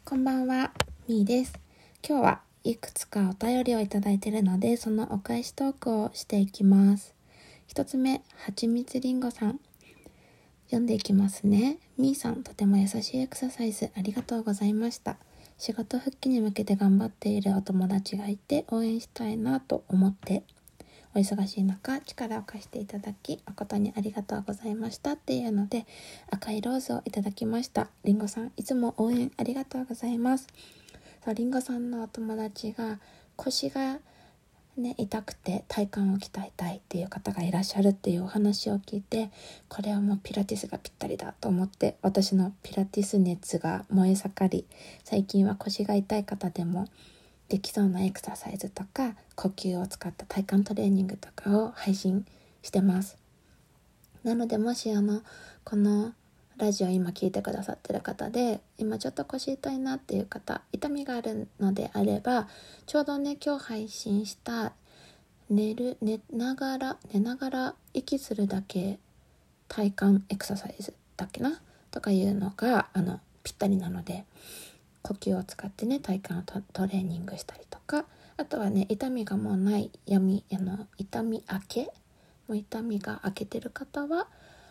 こんばんは、みーです。今日はいくつかお便りをいただいているので、そのお返しトークをしていきます。一つ目、はちみつりんごさん。読んでいきますね。みーさん、とても優しいエクササイズありがとうございました。仕事復帰に向けて頑張っているお友達がいて応援したいなと思って、お忙しい中力を貸していただき誠にありがとうございましたっていうので、赤いローズをいただきました。りんごさん、いつも応援ありがとうございます。りんごさんのお友達が腰が痛くて体幹を鍛えたいっていう方がいらっしゃるっていうお話を聞いて、これはもうピラティスがぴったりだと思って、私のピラティス熱が燃え盛り、最近は腰が痛い方でもできそうなエクササイズとか呼吸を使った体幹トレーニングとかを配信してます。なのでもしこのラジオ今聞いてくださってる方で、今ちょっと腰痛いなっていう方、痛みがあるのであれば、ちょうど今日配信した寝ながら息するだけ体幹エクササイズだっけなとかいうのがぴったりなので、呼吸を使って体幹をトレーニングしたりとか、あとは痛みがもうない痛み明け、もう痛みが明けてる方は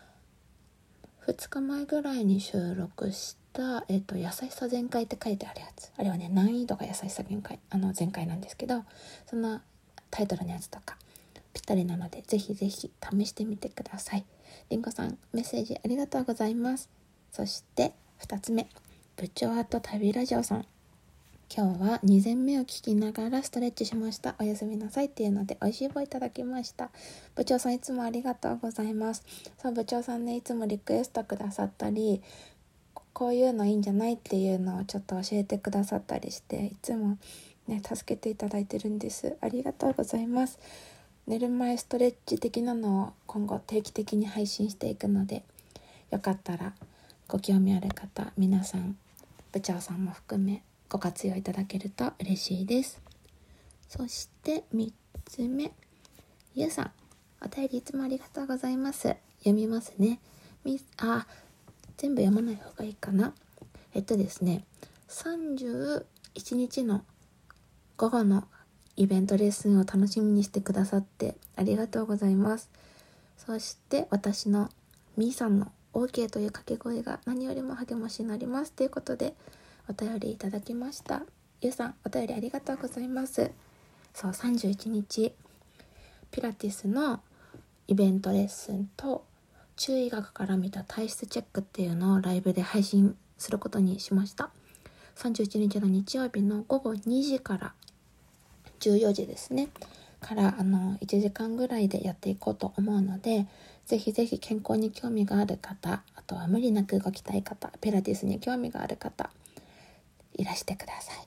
2日前ぐらいに収録した優しさ全開って書いてあるやつ、あれは難易度が優しさ全開なんですけど、そのタイトルのやつとかぴったりなので、ぜひぜひ試してみてください。りんごさん、メッセージありがとうございます。そして2つ目、部長旅ラジオさん。今日は2膳目を聞きながらストレッチしました。おやすみなさいっていうので美味しい棒いただきました。部長さん、いつもありがとうございます。部長さんいつもリクエストくださったり、こういうのいいんじゃないっていうのをちょっと教えてくださったりして、いつも助けていただいてるんです。ありがとうございます。寝る前ストレッチ的なのを今後定期的に配信していくので、よかったらご興味ある方、皆さん、部長さんも含めご活用いただけると嬉しいです。そして3つ目、ゆうさん、お便りいつもありがとうございます。読みますね。全部読まない方がいいかな。ですね、31日の午後のイベントレッスンを楽しみにしてくださってありがとうございます。そして私のみーさんの OK という掛け声が何よりも励ましになりますということでお便りいただきました。ゆうさん、お便りありがとうございます。31日ピラティスのイベントレッスンと中医学から見た体質チェックっていうのをライブで配信することにしました。31日の日曜日の午後2時から14時ですねから1時間ぐらいでやっていこうと思うので、ぜひぜひ健康に興味がある方、あとは無理なく動きたい方、ピラティスに興味がある方いらしてください。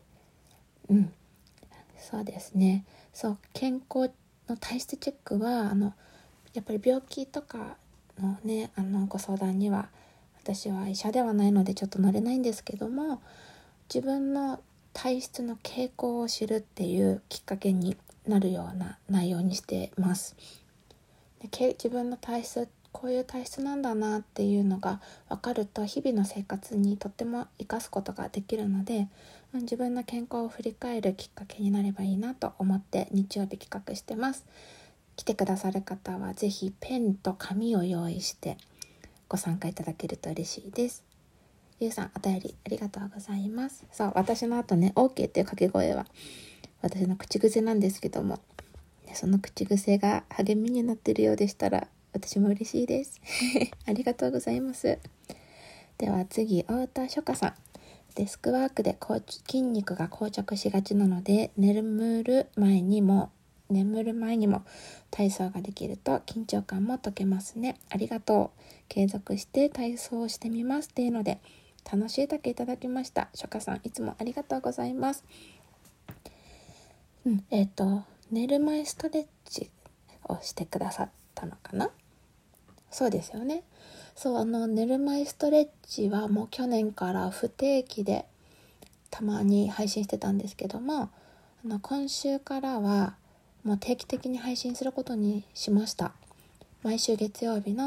そうですね。健康の体質チェックはやっぱり病気とかのご相談には私は医者ではないのでちょっと乗れないんですけども、自分の体質の傾向を知るっていうきっかけになるような内容にしてます。自分の体質、こういう体質なんだなっていうのが分かると日々の生活にとっても生かすことができるので、自分の健康を振り返るきっかけになればいいなと思って日曜日企画してます。来てくださる方はぜひペンと紙を用意してご参加いただけると嬉しいです。ゆうさん、お便りありがとうございます。私の後OK っていう掛け声は私の口癖なんですけども、その口癖が励みになっているようでしたら私も嬉しいですありがとうございます。では次、太田書家さん。デスクワークで筋肉が硬直しがちなので、眠る前にも体操ができると緊張感も解けますね。ありがとう。継続して体操をしてみますっていうので楽しいだけいただきました。書家さん、いつもありがとうございます。寝る前ストレッチをしてくださったのかな。そうですよね。寝る前ストレッチはもう去年から不定期でたまに配信してたんですけども、今週からはもう定期的に配信することにしました。毎週月曜日の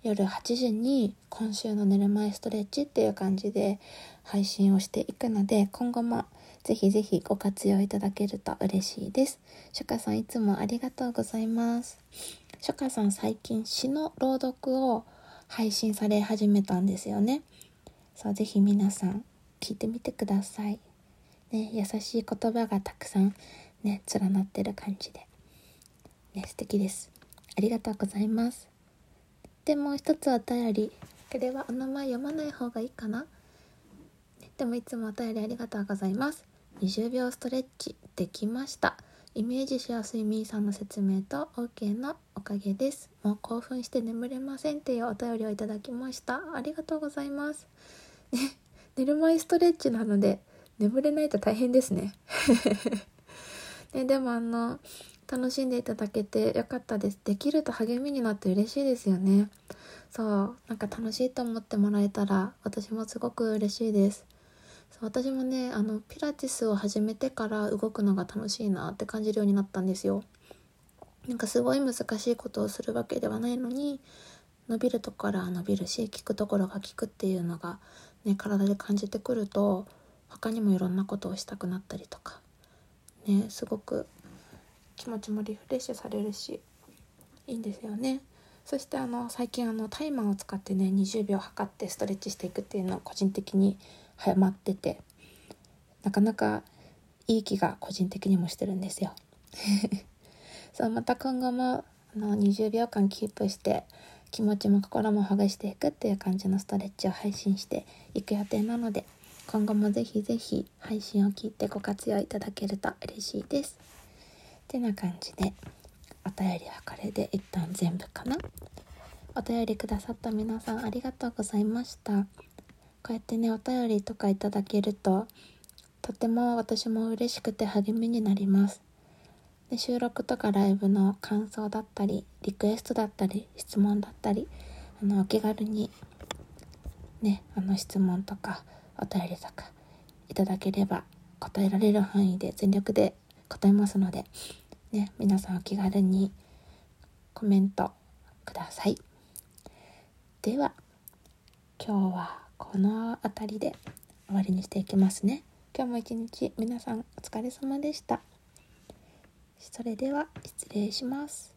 夜8時に今週の寝る前ストレッチっていう感じで配信をしていくので、今後もぜひぜひご活用いただけると嬉しいです。ショカさんいつもありがとうございます。ショカさん最近詩の朗読を配信され始めたんですよね。そう、ぜひ皆さん聞いてみてください。ね、優しい言葉がたくさんね、連なってる感じで。ね、素敵です。ありがとうございます。でもう一つお便り。これはお名前読まない方がいいかな。でもいつもお便りありがとうございます。20秒ストレッチできました。イメージしやすいみーさんの説明と OK のおかげです。もう興奮して眠れませんっていうお便りをいただきました。ありがとうございます。ね、寝る前ストレッチなので眠れないと大変ですね。ね、でも楽しんでいただけてよかったです。できると励みになって嬉しいですよね。そう、なんか楽しいと思ってもらえたら私もすごく嬉しいです。そう、私もね、ピラティスを始めてから動くのが楽しいなって感じるようになったんですよ。なんかすごい難しいことをするわけではないのに、伸びるところは伸びるし、効くところが効くっていうのがね、体で感じてくると、他にもいろんなことをしたくなったりとかね、すごく気持ちもリフレッシュされるしいいんですよね。そして最近タイマーを使ってね、20秒測ってストレッチしていくっていうのを個人的にハマってて、なかなかいい気が個人的にもしてるんですよ。そう、また今後も20秒間キープして気持ちも心もほぐしていくっていう感じのストレッチを配信していく予定なので、今後もぜひぜひ配信を聞いてご活用いただけると嬉しいです。ってな感じで、お便りはこれで一旦全部かな。お便りくださった皆さんありがとうございました。こうやってね、お便りとかいただけるととても私も嬉しくて励みになります。で、収録とかライブの感想だったりリクエストだったり質問だったり、お気軽にね、質問とかお便りとかいただければ答えられる範囲で全力で答えますのでね、皆さんお気軽にコメントください。では今日はこの辺りで終わりにしていきますね。今日も一日皆さんお疲れ様でした。それでは失礼します。